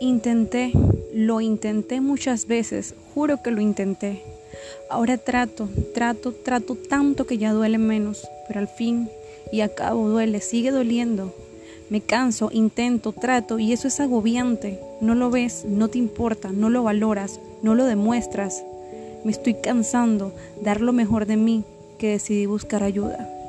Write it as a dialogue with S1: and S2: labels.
S1: Lo intenté muchas veces, juro que lo intenté. Ahora trato tanto que ya duele menos, pero al fin y al cabo duele, sigue doliendo. Me canso, intento, trato y eso es agobiante. No lo ves, no te importa, no lo valoras, no lo demuestras. Me estoy cansando, dar lo mejor de mí, que decidí buscar ayuda.